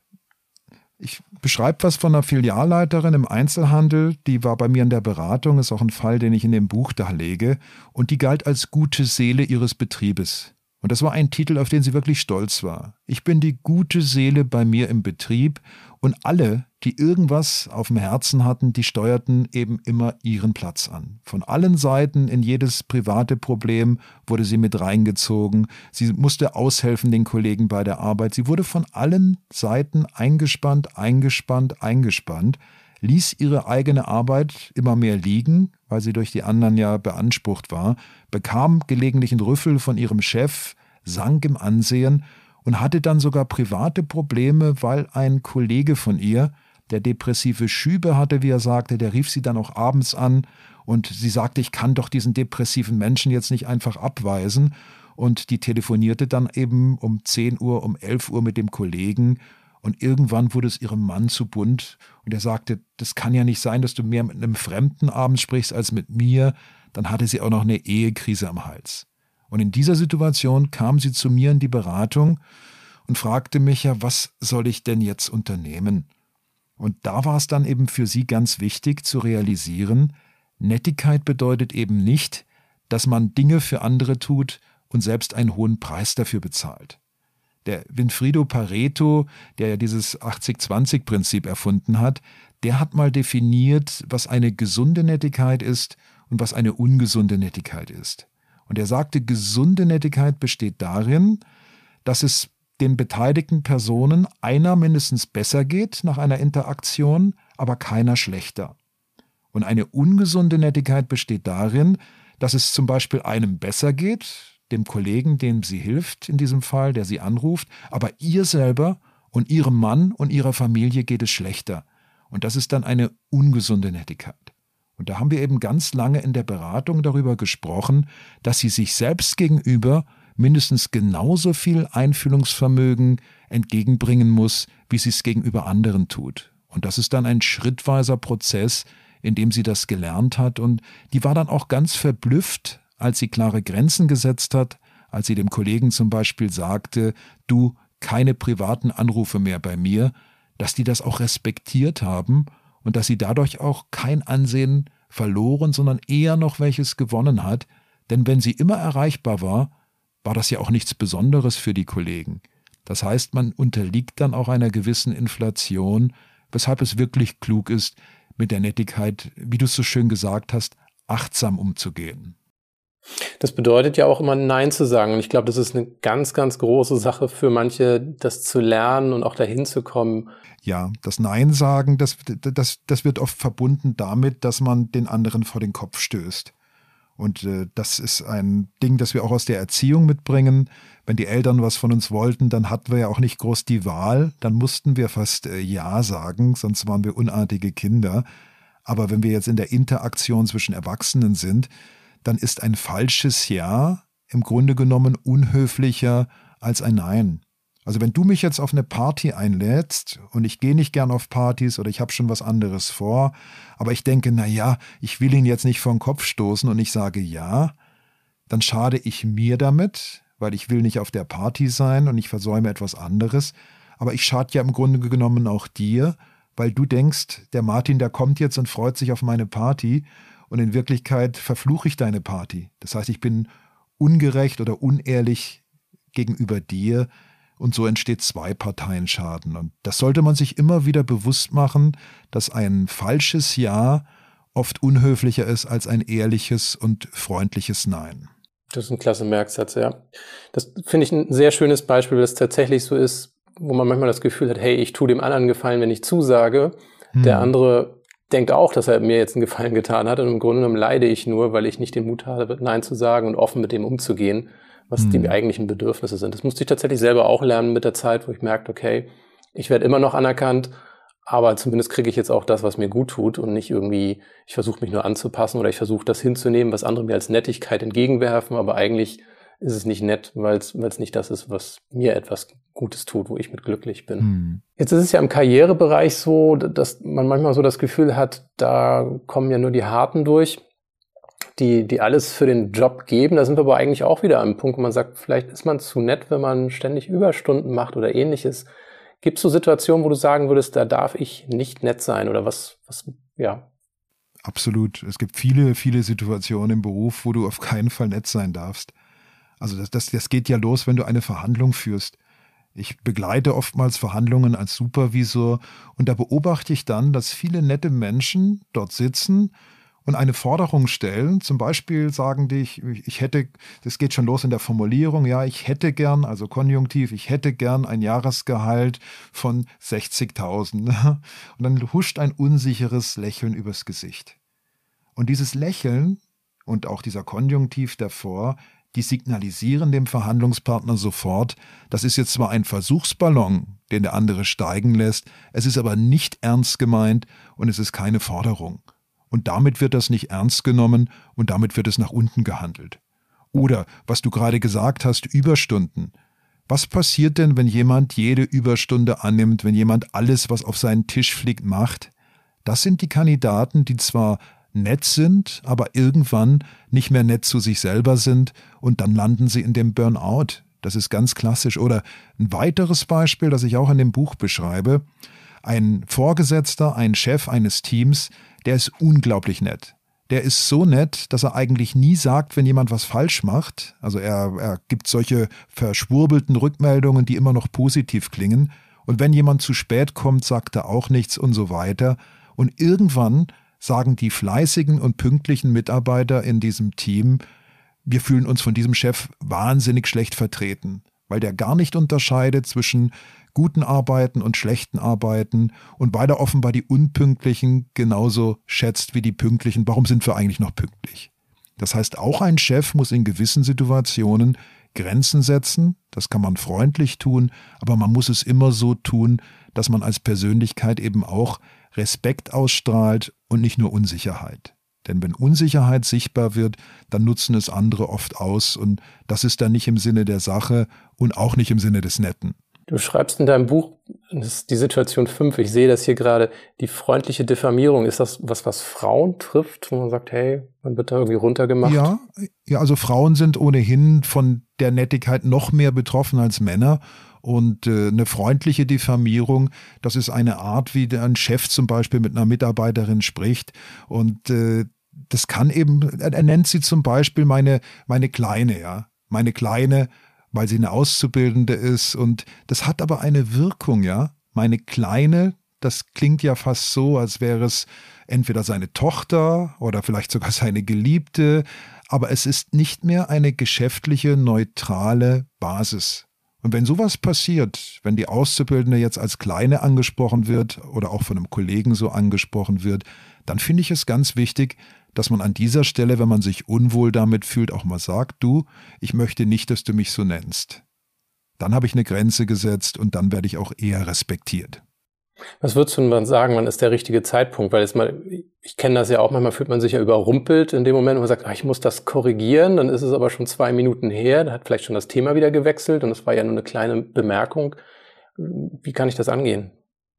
ich beschreibe was von einer Filialleiterin im Einzelhandel, die war bei mir in der Beratung, ist auch ein Fall, den ich in dem Buch darlege, und die galt als gute Seele ihres Betriebes. Und das war ein Titel, auf den sie wirklich stolz war. Ich bin die gute Seele bei mir im Betrieb und alle, die irgendwas auf dem Herzen hatten, die steuerten eben immer ihren Platz an. Von allen Seiten in jedes private Problem wurde sie mit reingezogen. Sie musste aushelfen den Kollegen bei der Arbeit. Sie wurde von allen Seiten eingespannt, eingespannt, eingespannt, ließ ihre eigene Arbeit immer mehr liegen, weil sie durch die anderen ja beansprucht war, bekam gelegentlich einen Rüffel von ihrem Chef, sank im Ansehen und hatte dann sogar private Probleme, weil ein Kollege von ihr, der depressive Schübe hatte, wie er sagte, der rief sie dann auch abends an und sie sagte, ich kann doch diesen depressiven Menschen jetzt nicht einfach abweisen. Und die telefonierte dann eben um zehn Uhr, um elf Uhr mit dem Kollegen. Und irgendwann wurde es ihrem Mann zu bunt und er sagte, das kann ja nicht sein, dass du mehr mit einem Fremden abends sprichst als mit mir. Dann hatte sie auch noch eine Ehekrise am Hals. Und in dieser Situation kam sie zu mir in die Beratung und fragte mich ja, was soll ich denn jetzt unternehmen? Und da war es dann eben für sie ganz wichtig zu realisieren, Nettigkeit bedeutet eben nicht, dass man Dinge für andere tut und selbst einen hohen Preis dafür bezahlt. Der Winfrido Pareto, der ja dieses achtzig zwanzig Prinzip erfunden hat, der hat mal definiert, was eine gesunde Nettigkeit ist und was eine ungesunde Nettigkeit ist. Und er sagte, gesunde Nettigkeit besteht darin, dass es den beteiligten Personen einer mindestens besser geht nach einer Interaktion, aber keiner schlechter. Und eine ungesunde Nettigkeit besteht darin, dass es zum Beispiel einem besser geht, dem Kollegen, dem sie hilft in diesem Fall, der sie anruft, aber ihr selber und ihrem Mann und ihrer Familie geht es schlechter. Und das ist dann eine ungesunde Nettigkeit. Und da haben wir eben ganz lange in der Beratung darüber gesprochen, dass sie sich selbst gegenüber mindestens genauso viel Einfühlungsvermögen entgegenbringen muss, wie sie es gegenüber anderen tut. Und das ist dann ein schrittweiser Prozess, in dem sie das gelernt hat. Und die war dann auch ganz verblüfft, als sie klare Grenzen gesetzt hat, als sie dem Kollegen zum Beispiel sagte, du, keine privaten Anrufe mehr bei mir, dass die das auch respektiert haben und dass sie dadurch auch kein Ansehen verloren, sondern eher noch welches gewonnen hat. Denn wenn sie immer erreichbar war, war das ja auch nichts Besonderes für die Kollegen. Das heißt, man unterliegt dann auch einer gewissen Inflation, weshalb es wirklich klug ist, mit der Nettigkeit, wie du es so schön gesagt hast, achtsam umzugehen. Das bedeutet ja auch immer Nein zu sagen. Und ich glaube, das ist eine ganz, ganz große Sache für manche, das zu lernen und auch dahin zu kommen. Ja, das Nein sagen, das, das, das wird oft verbunden damit, dass man den anderen vor den Kopf stößt. Und äh, das ist ein Ding, das wir auch aus der Erziehung mitbringen. Wenn die Eltern was von uns wollten, dann hatten wir ja auch nicht groß die Wahl. Dann mussten wir fast äh, Ja sagen, sonst waren wir unartige Kinder. Aber wenn wir jetzt in der Interaktion zwischen Erwachsenen sind, dann ist ein falsches Ja im Grunde genommen unhöflicher als ein Nein. Also wenn du mich jetzt auf eine Party einlädst und ich gehe nicht gern auf Partys oder ich habe schon was anderes vor, aber ich denke, na ja, ich will ihn jetzt nicht vor den Kopf stoßen und ich sage ja, dann schade ich mir damit, weil ich will nicht auf der Party sein und ich versäume etwas anderes. Aber ich schade ja im Grunde genommen auch dir, weil du denkst, der Martin, der kommt jetzt und freut sich auf meine Party und in Wirklichkeit verfluche ich deine Party. Das heißt, ich bin ungerecht oder unehrlich gegenüber dir und so entsteht Zwei-Parteien-Schaden. Und das sollte man sich immer wieder bewusst machen, dass ein falsches Ja oft unhöflicher ist als ein ehrliches und freundliches Nein. Das ist ein klasse Merksatz, ja. Das finde ich ein sehr schönes Beispiel, weil es tatsächlich so ist, wo man manchmal das Gefühl hat, hey, ich tue dem anderen Gefallen, wenn ich zusage. Hm. Der andere denkt auch, dass er mir jetzt einen Gefallen getan hat und im Grunde genommen leide ich nur, weil ich nicht den Mut habe, Nein zu sagen und offen mit dem umzugehen, was hm. die eigentlichen Bedürfnisse sind. Das musste ich tatsächlich selber auch lernen mit der Zeit, wo ich merkte, okay, ich werde immer noch anerkannt, aber zumindest kriege ich jetzt auch das, was mir gut tut und nicht irgendwie, ich versuche mich nur anzupassen oder ich versuche das hinzunehmen, was andere mir als Nettigkeit entgegenwerfen, aber eigentlich ist es nicht nett, weil es weil es nicht das ist, was mir etwas Gutes tut, wo ich mit glücklich bin. Hm. Jetzt ist es ja im Karrierebereich so, dass man manchmal so das Gefühl hat, da kommen ja nur die Harten durch, die die alles für den Job geben. Da sind wir aber eigentlich auch wieder am Punkt, wo man sagt, vielleicht ist man zu nett, wenn man ständig Überstunden macht oder Ähnliches. Gibt es so Situationen, wo du sagen würdest, da darf ich nicht nett sein oder was, was, ja? Absolut. Es gibt viele, viele Situationen im Beruf, wo du auf keinen Fall nett sein darfst. Also das, das, das geht ja los, wenn du eine Verhandlung führst. Ich begleite oftmals Verhandlungen als Supervisor und da beobachte ich dann, dass viele nette Menschen dort sitzen und eine Forderung stellen. Zum Beispiel sagen die, ich, ich hätte, das geht schon los in der Formulierung, ja, ich hätte gern, also Konjunktiv, ich hätte gern ein Jahresgehalt von sechzigtausend. Und dann huscht ein unsicheres Lächeln übers Gesicht. Und dieses Lächeln und auch dieser Konjunktiv davor, die signalisieren dem Verhandlungspartner sofort, das ist jetzt zwar ein Versuchsballon, den der andere steigen lässt, es ist aber nicht ernst gemeint und es ist keine Forderung. Und damit wird das nicht ernst genommen und damit wird es nach unten gehandelt. Oder, was du gerade gesagt hast, Überstunden. Was passiert denn, wenn jemand jede Überstunde annimmt, wenn jemand alles, was auf seinen Tisch fliegt, macht? Das sind die Kandidaten, die zwar nett sind, aber irgendwann nicht mehr nett zu sich selber sind und dann landen sie in dem Burnout. Das ist ganz klassisch. Oder ein weiteres Beispiel, das ich auch in dem Buch beschreibe, ein Vorgesetzter, ein Chef eines Teams, der ist unglaublich nett. Der ist so nett, dass er eigentlich nie sagt, wenn jemand was falsch macht. Also er, er gibt solche verschwurbelten Rückmeldungen, die immer noch positiv klingen. Und wenn jemand zu spät kommt, sagt er auch nichts und so weiter. Und irgendwann sagen die fleißigen und pünktlichen Mitarbeiter in diesem Team, wir fühlen uns von diesem Chef wahnsinnig schlecht vertreten, weil der gar nicht unterscheidet zwischen guten Arbeiten und schlechten Arbeiten und weil er offenbar die Unpünktlichen genauso schätzt wie die Pünktlichen. Warum sind wir eigentlich noch pünktlich? Das heißt, auch ein Chef muss in gewissen Situationen Grenzen setzen. Das kann man freundlich tun, aber man muss es immer so tun, dass man als Persönlichkeit eben auch Respekt ausstrahlt und nicht nur Unsicherheit. Denn wenn Unsicherheit sichtbar wird, dann nutzen es andere oft aus und das ist dann nicht im Sinne der Sache und auch nicht im Sinne des Netten. Du schreibst in deinem Buch, das ist die Situation fünf, ich sehe das hier gerade, die freundliche Diffamierung. Ist das was, was Frauen trifft, wo man sagt, hey, man wird da irgendwie runtergemacht? Ja, ja, also Frauen sind ohnehin von der Nettigkeit noch mehr betroffen als Männer. Und äh, eine freundliche Diffamierung, das ist eine Art, wie ein Chef zum Beispiel mit einer Mitarbeiterin spricht. Und äh, das kann eben, er nennt sie zum Beispiel meine, meine Kleine, ja, meine Kleine, weil sie eine Auszubildende ist. Und das hat aber eine Wirkung, ja. Meine Kleine, das klingt ja fast so, als wäre es entweder seine Tochter oder vielleicht sogar seine Geliebte. aber es ist nicht mehr eine geschäftliche, neutrale Basis. Und wenn sowas passiert, wenn die Auszubildende jetzt als Kleine angesprochen wird oder auch von einem Kollegen so angesprochen wird, dann finde ich es ganz wichtig, dass man an dieser Stelle, wenn man sich unwohl damit fühlt, auch mal sagt, du, ich möchte nicht, dass du mich so nennst. Dann habe ich eine Grenze gesetzt und dann werde ich auch eher respektiert. Was würdest du denn sagen, wann ist der richtige Zeitpunkt? Weil jetzt mal, ich kenne das ja auch, manchmal fühlt man sich ja überrumpelt in dem Moment, wo man sagt, ach, ich muss das korrigieren, dann ist es aber schon zwei Minuten her, da hat vielleicht schon das Thema wieder gewechselt und es war ja nur eine kleine Bemerkung. Wie kann ich das angehen?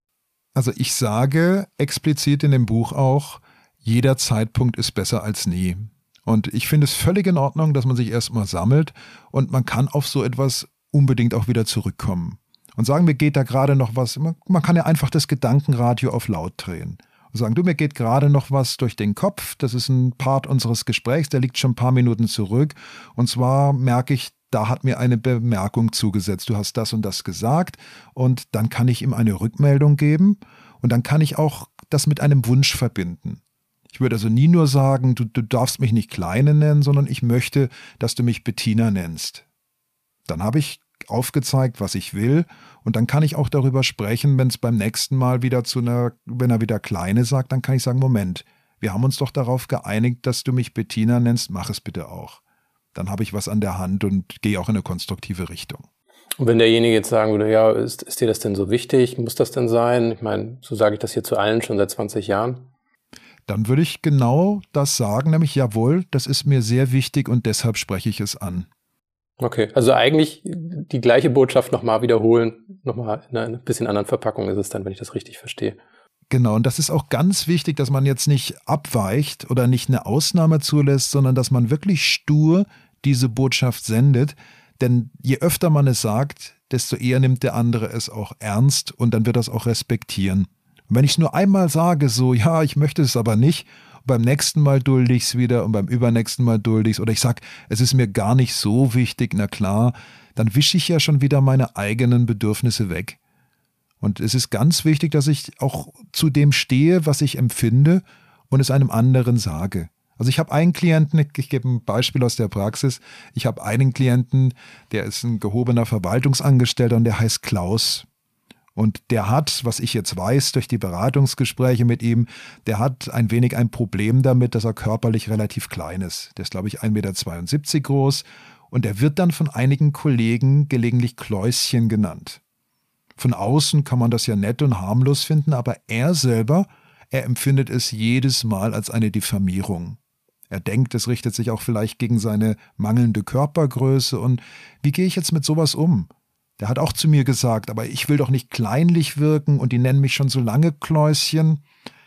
Also ich sage explizit in dem Buch auch, jeder Zeitpunkt ist besser als nie. Und ich finde es völlig in Ordnung, dass man sich erstmal sammelt und man kann auf so etwas unbedingt auch wieder zurückkommen. Und sagen, mir geht da gerade noch was, man kann ja einfach das Gedankenradio auf laut drehen. Und sagen, du, mir geht gerade noch was durch den Kopf, das ist ein Part unseres Gesprächs, der liegt schon ein paar Minuten zurück. Und zwar merke ich, da hat mir eine Bemerkung zugesetzt, du hast das und das gesagt und dann kann ich ihm eine Rückmeldung geben und dann kann ich auch das mit einem Wunsch verbinden. Ich würde also nie nur sagen, du, du darfst mich nicht Kleine nennen, sondern ich möchte, dass du mich Bettina nennst. Dann habe ich aufgezeigt, was ich will und dann kann ich auch darüber sprechen, wenn es beim nächsten Mal wieder zu einer, wenn er wieder Kleine sagt, dann kann ich sagen, Moment, wir haben uns doch darauf geeinigt, dass du mich Bettina nennst, mach es bitte auch. Dann habe ich was an der Hand und gehe auch in eine konstruktive Richtung. Und wenn derjenige jetzt sagen würde, ja, ist, ist dir das denn so wichtig? Muss das denn sein? Ich meine, so sage ich das hier zu allen schon seit zwanzig Jahren. Dann würde ich genau das sagen, nämlich jawohl, das ist mir sehr wichtig und deshalb spreche ich es an. Okay, also eigentlich die gleiche Botschaft nochmal wiederholen, nochmal in einer bisschen anderen Verpackung ist es dann, wenn ich das richtig verstehe. Genau, und das ist auch ganz wichtig, dass man jetzt nicht abweicht oder nicht eine Ausnahme zulässt, sondern dass man wirklich stur diese Botschaft sendet. Denn je öfter man es sagt, desto eher nimmt der andere es auch ernst und dann wird das auch respektieren. Und wenn ich es nur einmal sage, so, ja, ich möchte es aber nicht, beim nächsten Mal dulde ich es wieder und beim übernächsten Mal dulde ich es oder ich sage, es ist mir gar nicht so wichtig, na klar, dann wische ich ja schon wieder meine eigenen Bedürfnisse weg. Und es ist ganz wichtig, dass ich auch zu dem stehe, was ich empfinde und es einem anderen sage. Also ich habe einen Klienten, ich gebe ein Beispiel aus der Praxis, ich habe einen Klienten, der ist ein gehobener Verwaltungsangestellter und der heißt Klaus. Und der hat, was ich jetzt weiß durch die Beratungsgespräche mit ihm, der hat ein wenig ein Problem damit, dass er körperlich relativ klein ist. Der ist, glaube ich, ein Meter zweiundsiebzig groß und er wird dann von einigen Kollegen gelegentlich Kläuschen genannt. Von außen kann man das ja nett und harmlos finden, aber er selber, er empfindet es jedes Mal als eine Diffamierung. Er denkt, es richtet sich auch vielleicht gegen seine mangelnde Körpergröße und wie gehe ich jetzt mit sowas um? Der hat auch zu mir gesagt, aber ich will doch nicht kleinlich wirken und die nennen mich schon so lange Kläuschen.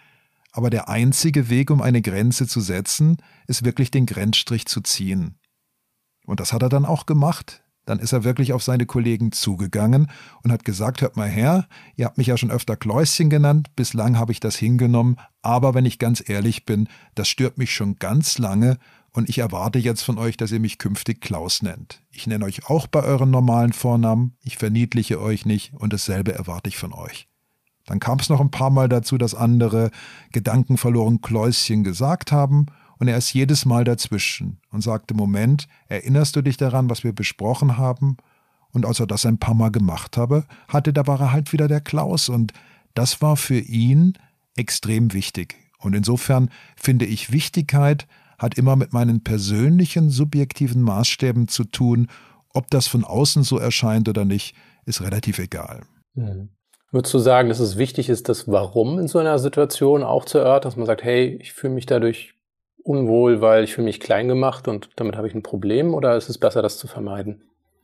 Aber der einzige Weg, um eine Grenze zu setzen, ist wirklich den Grenzstrich zu ziehen. Und das hat er dann auch gemacht. Dann ist er wirklich auf seine Kollegen zugegangen und hat gesagt, hört mal her, ihr habt mich ja schon öfter Kläuschen genannt, bislang habe ich das hingenommen, aber wenn ich ganz ehrlich bin, das stört mich schon ganz lange und ich erwarte jetzt von euch, dass ihr mich künftig Klaus nennt. Ich nenne euch auch bei euren normalen Vornamen, ich verniedliche euch nicht und dasselbe erwarte ich von euch. Dann kam es noch ein paar Mal dazu, dass andere gedankenverloren Kläuschen gesagt haben und er ist jedes Mal dazwischen und sagte, Moment, erinnerst du dich daran, was wir besprochen haben? Und als er das ein paar Mal gemacht habe, hatte, da war er halt wieder der Klaus und das war für ihn extrem wichtig. Und insofern finde ich, Wichtigkeit hat immer mit meinen persönlichen, subjektiven Maßstäben zu tun. Ob das von außen so erscheint oder nicht, ist relativ egal. Mhm. Würdest du sagen, dass es wichtig ist, das Warum in so einer Situation auch zu erörtern, dass man sagt, hey, ich fühle mich dadurch unwohl, weil ich fühle mich klein gemacht und damit habe ich ein Problem, oder ist es besser, das zu vermeiden?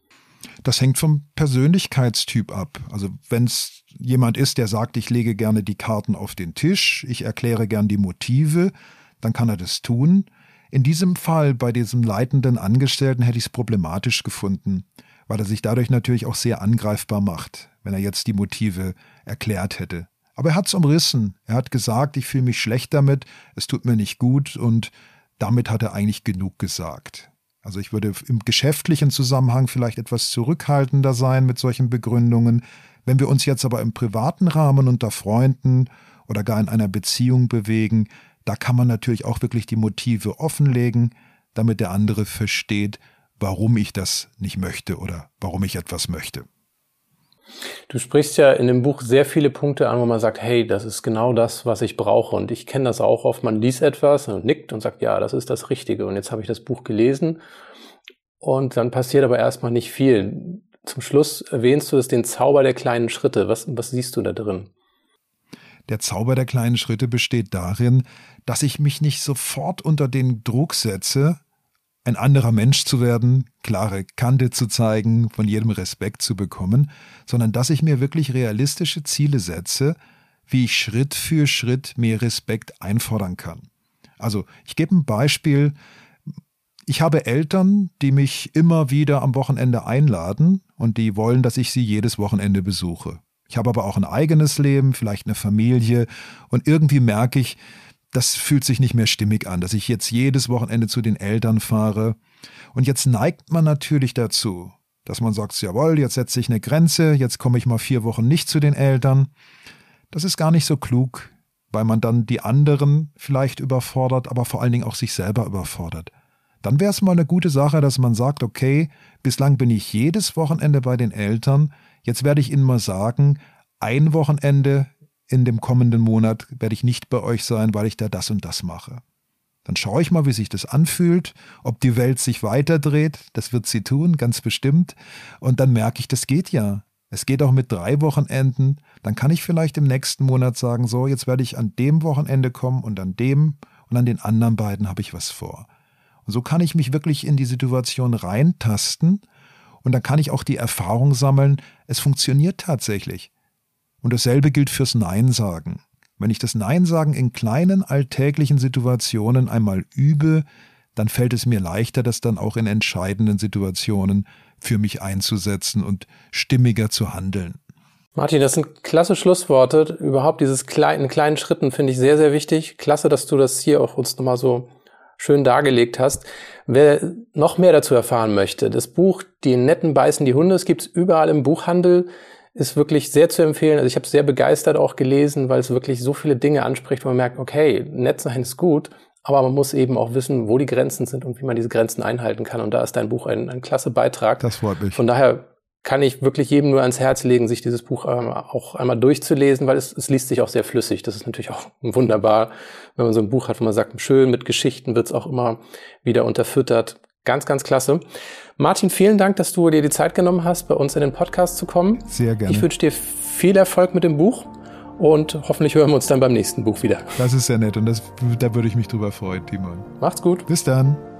Das hängt vom Persönlichkeitstyp ab. Also wenn es jemand ist, der sagt, ich lege gerne die Karten auf den Tisch, ich erkläre gern die Motive, dann kann er das tun. In diesem Fall, bei diesem leitenden Angestellten, hätte ich es problematisch gefunden, weil er sich dadurch natürlich auch sehr angreifbar macht, wenn er jetzt die Motive erklärt hätte. Aber er hat es umrissen. Er hat gesagt, ich fühle mich schlecht damit, es tut mir nicht gut und damit hat er eigentlich genug gesagt. Also ich würde im geschäftlichen Zusammenhang vielleicht etwas zurückhaltender sein mit solchen Begründungen. Wenn wir uns jetzt aber im privaten Rahmen unter Freunden oder gar in einer Beziehung bewegen, da kann man natürlich auch wirklich die Motive offenlegen. damit der andere versteht, warum ich das nicht möchte oder warum ich etwas möchte. Du sprichst ja in dem Buch sehr viele Punkte an, wo man sagt, hey, das ist genau das, was ich brauche. Und ich kenne das auch oft, man liest etwas und nickt und sagt, ja, das ist das Richtige. Und jetzt habe ich das Buch gelesen und dann passiert aber erstmal nicht viel. Zum Schluss erwähnst du es, den Zauber der kleinen Schritte. Was, was siehst du da drin? Der Zauber der kleinen Schritte besteht darin, dass ich mich nicht sofort unter den Druck setze, ein anderer Mensch zu werden, klare Kante zu zeigen, von jedem Respekt zu bekommen, sondern dass ich mir wirklich realistische Ziele setze, wie ich Schritt für Schritt mehr Respekt einfordern kann. Also ich gebe ein Beispiel. Ich habe Eltern, die mich immer wieder am Wochenende einladen und die wollen, dass ich sie jedes Wochenende besuche. Ich habe aber auch ein eigenes Leben, vielleicht eine Familie und irgendwie merke ich, das fühlt sich nicht mehr stimmig an, dass ich jetzt jedes Wochenende zu den Eltern fahre. Und jetzt neigt man natürlich dazu, dass man sagt, jawohl, jetzt setze ich eine Grenze, jetzt komme ich mal vier Wochen nicht zu den Eltern. Das ist gar nicht so klug, weil man dann die anderen vielleicht überfordert, aber vor allen Dingen auch sich selber überfordert. Dann wäre es mal eine gute Sache, dass man sagt, okay, bislang bin ich jedes Wochenende bei den Eltern, jetzt werde ich Ihnen mal sagen, ein Wochenende in dem kommenden Monat werde ich nicht bei euch sein, weil ich da das und das mache. Dann schaue ich mal, wie sich das anfühlt, ob die Welt sich weiterdreht, das wird sie tun, ganz bestimmt. Und dann merke ich, das geht ja. Es geht auch mit drei Wochenenden. Dann kann ich vielleicht im nächsten Monat sagen, so, jetzt werde ich an dem Wochenende kommen und an dem und an den anderen beiden habe ich was vor. Und so kann ich mich wirklich in die Situation reintasten und dann kann ich auch die Erfahrung sammeln, es funktioniert tatsächlich. Und dasselbe gilt fürs Nein sagen. Wenn ich das Nein sagen in kleinen alltäglichen Situationen einmal übe, dann fällt es mir leichter, das dann auch in entscheidenden Situationen für mich einzusetzen und stimmiger zu handeln. Martin, das sind klasse Schlussworte. Überhaupt dieses kleinen, in kleinen Schritten finde ich sehr, sehr wichtig. Klasse, dass du das hier auch uns nochmal so schön dargelegt hast. Wer noch mehr dazu erfahren möchte, das Buch Die Netten beißen die Hunde, es gibt es überall im Buchhandel. Ist wirklich sehr zu empfehlen. Also ich habe es sehr begeistert auch gelesen, weil es wirklich so viele Dinge anspricht, wo man merkt, okay, nett sein ist gut, aber man muss eben auch wissen, wo die Grenzen sind und wie man diese Grenzen einhalten kann. Und da ist dein Buch ein, ein klasse Beitrag. Das freut mich. Von daher kann ich wirklich jedem nur ans Herz legen, sich dieses Buch ähm, auch einmal durchzulesen, weil es, es liest sich auch sehr flüssig. Das ist natürlich auch wunderbar, wenn man so ein Buch hat, wo man sagt, schön mit Geschichten wird es auch immer wieder unterfüttert. Ganz, ganz klasse. Martin, vielen Dank, dass du dir die Zeit genommen hast, bei uns in den Podcast zu kommen. Sehr gerne. Ich wünsche dir viel Erfolg mit dem Buch und hoffentlich hören wir uns dann beim nächsten Buch wieder. Das ist sehr nett und das, da würde ich mich drüber freuen, Timon. Macht's gut. Bis dann.